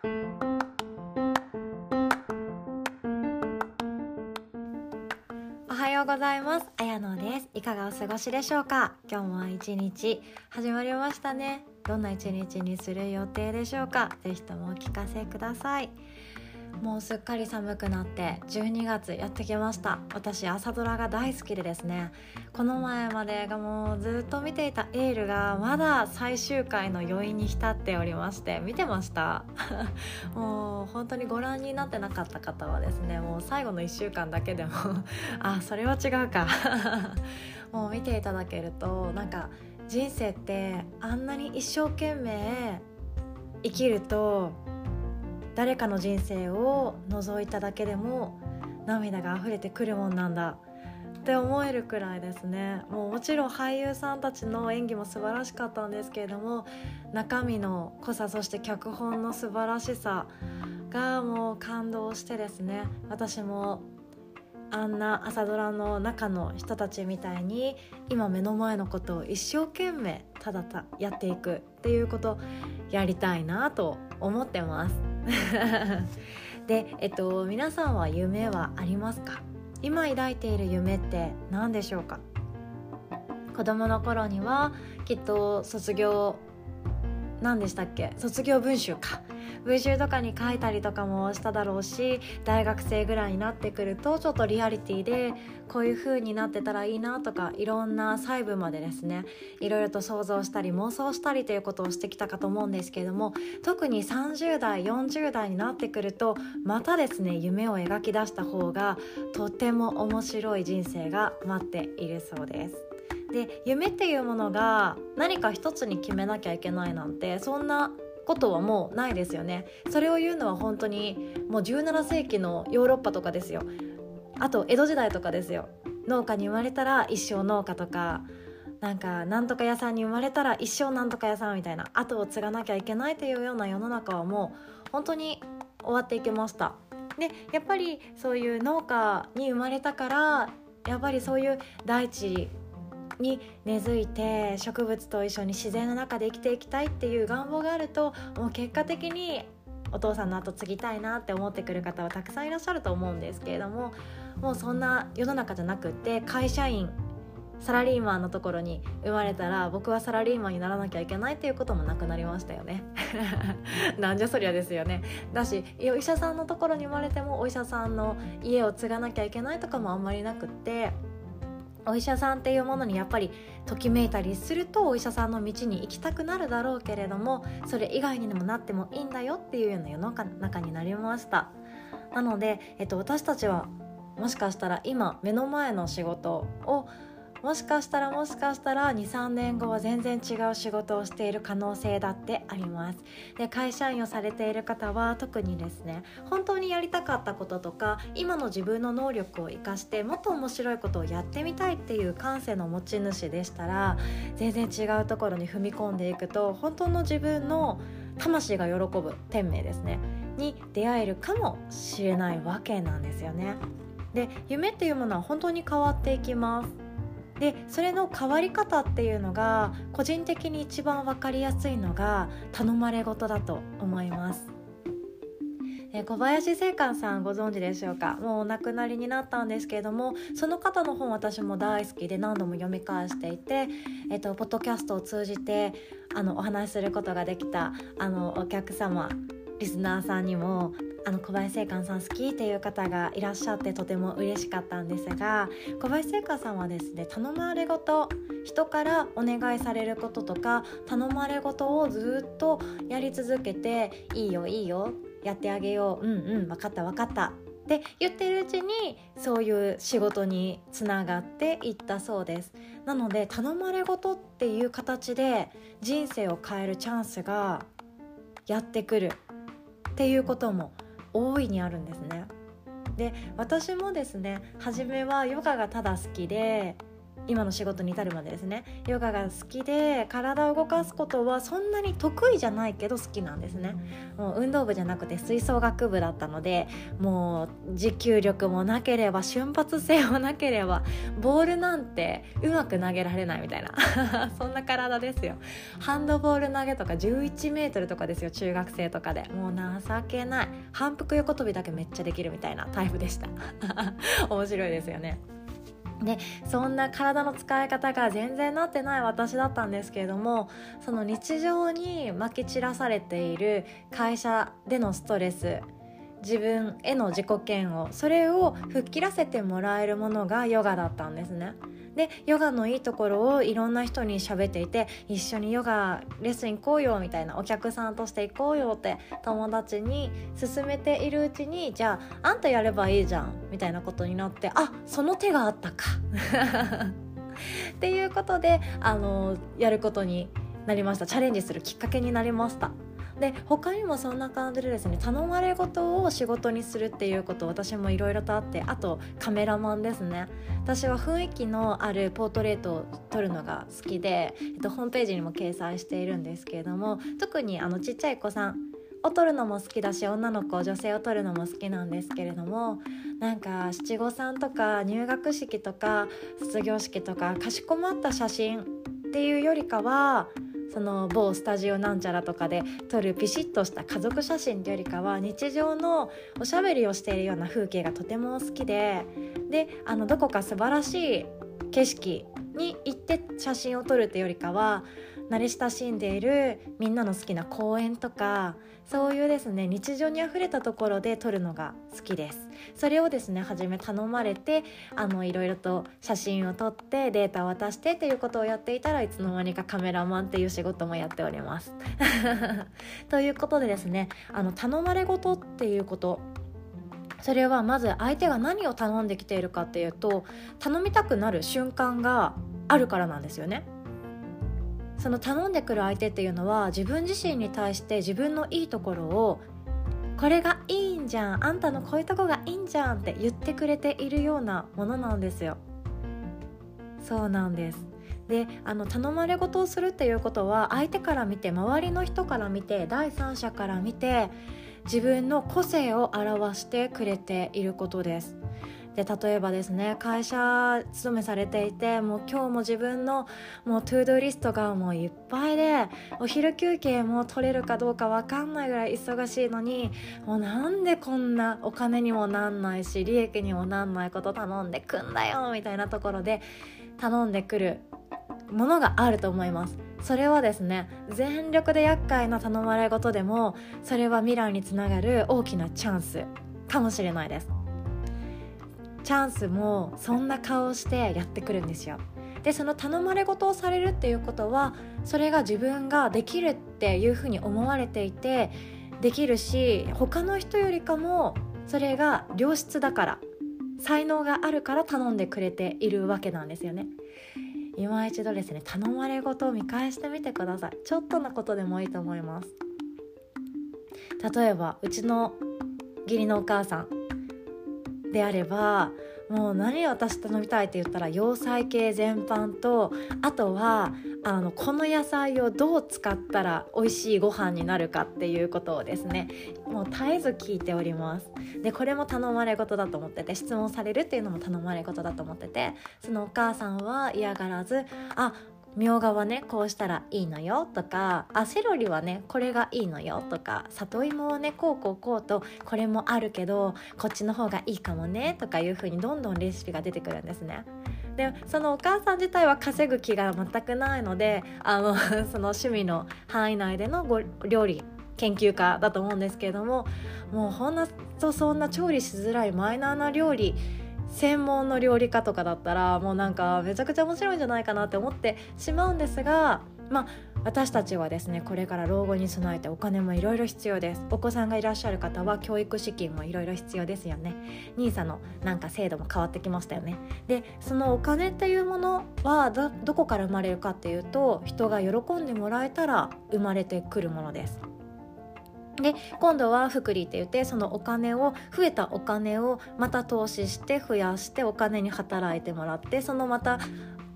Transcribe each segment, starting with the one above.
おはようございます。あやのです。いかがお過ごしでしょうか。今日も一日始まりましたね。どんな一日にする予定でしょうか。ぜひともお聞かせください。もうすっかり寒くなって12月やってきました。私朝ドラが大好きでですね、この前までがもうずっと見ていたエールがまだ最終回の余韻に浸っておりまして、見てましたもう本当にご覧になってなかった方はですね、もう最後の1週間だけでもあ、それは違うかもう見ていただけると、なんか人生ってあんなに一生懸命生きると誰かの人生を覗いただけでも涙が溢れてくるもんなんだって思えるくらいですね。もちろん俳優さんたちの演技も素晴らしかったんですけれども、中身の濃さ、そして脚本の素晴らしさがもう感動してですね、私もあんな朝ドラの中の人たちみたいに今目の前のことを一生懸命ただやっていくっていうことやりたいなと思ってますで、皆さんは夢はありますか？今抱いている夢って何でしょうか？子供の頃にはきっと卒業文集とかに書いたりとかもしただろうし、大学生ぐらいになってくるとちょっとリアリティでこういう風になってたらいいなとか、いろんな細部までですね、いろいろと想像したり妄想したりということをしてきたかと思うんですけれども、特に30代40代になってくるとまたですね、夢を描き出した方がとても面白い人生が待っているそうです。で、夢っていうものが何か一つに決めなきゃいけないなんて、そんなことはもうないですよね。それを言うのは本当にもう17世紀のヨーロッパとかですよ。あと江戸時代とかですよ。農家に生まれたら一生農家とか、なんとか屋さんに生まれたら一生なんとか屋さんみたいな、後を継がなきゃいけないというような世の中はもう本当に終わっていきました。で、やっぱりそういう農家に生まれたから、やっぱりそういう大地に根付いて植物と一緒に自然の中で生きていきたいっていう願望があると、もう結果的にお父さんの後継ぎたいなって思ってくる方はたくさんいらっしゃると思うんですけれども、もうそんな世の中じゃなくって、会社員サラリーマンのところに生まれたら、僕はサラリーマンにならなきゃいけないっていうこともなくなりましたよねなんじゃそりゃですよね。だし、お医者さんのところに生まれてもお医者さんの家を継がなきゃいけないとかもあんまりなくって、お医者さんっていうものにやっぱりときめいたりするとお医者さんの道に行きたくなるだろうけれども、それ以外にもなってもいいんだよっていうような世の中になりました。なので、私たちはもしかしたら今目の前の仕事をもしかしたら 2,3 年後は全然違う仕事をしている可能性だってあります。で、会社員をされている方は特にですね、本当にやりたかったこととか今の自分の能力を生かしてもっと面白いことをやってみたいっていう感性の持ち主でしたら、全然違うところに踏み込んでいくと本当の自分の魂が喜ぶ天命ですねに出会えるかもしれないわけなんですよね。で、夢っていうものは本当に変わっていきます。で、それの変わり方っていうのが個人的に一番分かりやすいのが頼まれ事だと思います。小林正観さんご存知でしょうか？もうお亡くなりになったんですけれども、その方の本私も大好きで何度も読み返していて、ポッドキャストを通じてお話しすることができたお客様、リスナーさんにも小林正観さん好きっていう方がいらっしゃってとても嬉しかったんですが、小林正観さんはですね、頼まれ事、人からお願いされることとか頼まれ事をずっとやり続けて、いいよいいよやってあげよう、分かったって言ってるうちにそういう仕事につながっていったそうです。なので頼まれ事っていう形で人生を変えるチャンスがやってくるっていうことも大いにあるんですね。で、私もですね、初めはヨガがただ好きで今の仕事に至るまでですね、ヨガが好きで体を動かすことはそんなに得意じゃないけど好きなんですね。もう運動部じゃなくて吹奏楽部だったので、もう持久力もなければ瞬発性もなければボールなんてうまく投げられないみたいなそんな体ですよ。ハンドボール投げとか11メートルとかですよ、中学生とかで。もう情けない。反復横跳びだけめっちゃできるみたいなタイプでした面白いですよね。でそんな体の使い方が全然なってない私だったんですけれども、その日常にまき散らされている会社でのストレス、自分への自己嫌悪、それを吹っ切らせてもらえるものがヨガだったんですね。でヨガのいいところをいろんな人に喋っていて、一緒にヨガレッスン行こうよみたいな、お客さんとして行こうよって友達に勧めているうちに、じゃああんたやればいいじゃんみたいなことになって、あ、その手があったかっていうことでやることになりました。チャレンジするきっかけになりました。で他にもそんな感じでですね、頼まれ事を仕事にするっていうこと、私もいろいろとあって、あとカメラマンですね。私は雰囲気のあるポートレートを撮るのが好きで、ホームページにも掲載しているんですけれども、特にちっちゃい子さんを撮るのも好きだし、女の子女性を撮るのも好きなんですけれども、なんか七五三とか入学式とか卒業式とかかしこまった写真っていうよりかは、その某スタジオなんちゃらとかで撮るピシッとした家族写真というよりかは、日常のおしゃべりをしているような風景がとても好きで、どこか素晴らしい景色に行って写真を撮るというよりかは、慣れ親しんでいるみんなの好きな公園とか、そういうですね、日常にあふれたところで撮るのが好きです。それをですね、初め頼まれていろいろと写真を撮ってデータを渡してということをやっていたら、いつの間にかカメラマンっていう仕事もやっておりますということでですね、頼まれ事っていうこと、それはまず相手が何を頼んできているかっていうと、頼みたくなる瞬間があるからなんですよね。その頼んでくる相手っていうのは、自分自身に対して自分のいいところを、これがいいんじゃん、あんたのこういうとこがいいんじゃんって言ってくれているようなものなんですよ。そうなんです。で頼まれ事をするっていうことは、相手から見て、周りの人から見て、第三者から見て、自分の個性を表してくれていることです。で例えばですね、会社勤めされていて、もう今日も自分のもうトゥードゥリストがもういっぱいで、お昼休憩も取れるかどうか分かんないぐらい忙しいのに、もうなんでこんなお金にもなんないし利益にもなんないこと頼んでくんだよみたいなところで頼んでくるものがあると思います。それはですね、全力で厄介な頼まれ事でも、それは未来につながる大きなチャンスかもしれないです。チャンスもそんな顔をしてやってくるんですよ。でその頼まれ事をされるっていうことは、それが自分ができるっていうふうに思われていて、できるし、他の人よりかもそれが良質だから、才能があるから頼んでくれているわけなんですよね。今一度ですね、頼まれ事を見返してみてください。ちょっとのことでもいいと思います。例えばうちの義理のお母さんであれば、もう何を私頼みたいって言ったら、洋菜系全般と、あとはこの野菜をどう使ったら美味しいご飯になるかっていうことをですね、もう絶えず聞いております。でこれも頼まれ事だと思ってて、質問されるっていうのも頼まれ事だと思ってて、そのお母さんは嫌がらず、みょうがはねこうしたらいいのよとか、セロリはねこれがいいのよとか、里芋はねこうと、これもあるけどこっちの方がいいかもねとかいう風にどんどんレシピが出てくるんですね。でそのお母さん自体は稼ぐ気が全くないので、その趣味の範囲内での料理研究家だと思うんですけれども、もうほんとそんな調理しづらいマイナーな料理専門の料理家とかだったら、もうなんかめちゃくちゃ面白いんじゃないかなって思ってしまうんですが、私たちはですね、これから老後に備えてお金もいろいろ必要です。お子さんがいらっしゃる方は教育資金もいろいろ必要ですよね。NISA のなんか制度も変わってきましたよね。でそのお金っていうものはどこから生まれるかっていうと、人が喜んでもらえたら生まれてくるものです。で今度は複利って言って、その増えたお金をまた投資して増やして、お金に働いてもらって、そのまた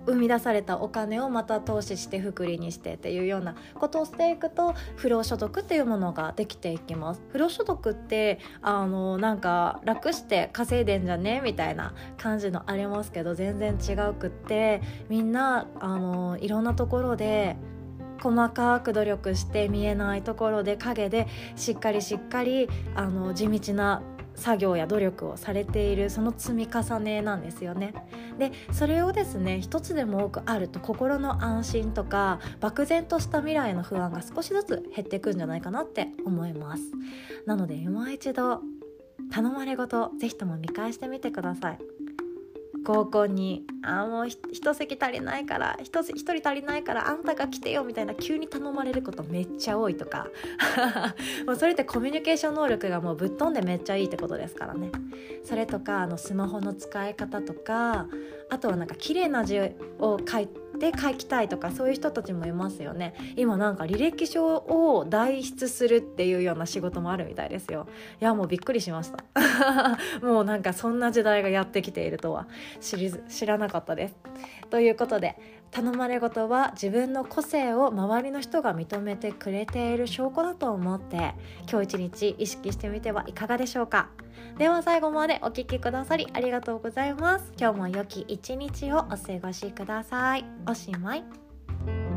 生み出されたお金をまた投資して福利にしてっていうようなことをしていくと、不労所得っていうものができていきます。不労所得ってなんか楽して稼いでんじゃねみたいな感じのありますけど、全然違うくって、みんないろんなところで細かく努力して見えないところで陰でしっかり地道な作業や努力をされている、その積み重ねなんですよね。でそれをですね、一つでも多くあると心の安心とか漠然とした未来の不安が少しずつ減っていくんじゃないかなって思います。なので今一度頼まれごとぜひとも見返してみてください。合コンにもう一席足りないから一人足りないからあんたが来てよみたいな急に頼まれることめっちゃ多いとかもうそれってコミュニケーション能力がもうぶっ飛んでめっちゃいいってことですからね。それとかスマホの使い方とか、あとはなんか綺麗な字を書きたいとか、そういう人たちもいますよね。今なんか履歴書を代筆するっていうような仕事もあるみたいですよ。いやもうびっくりしましたもうなんかそんな時代がやってきているとは知らなかったです。ということで、頼まれごとは自分の個性を周りの人が認めてくれている証拠だと思って今日一日意識してみてはいかがでしょうか。では最後までお聞きくださりありがとうございます。今日も良き一日をお過ごしください。おしまい。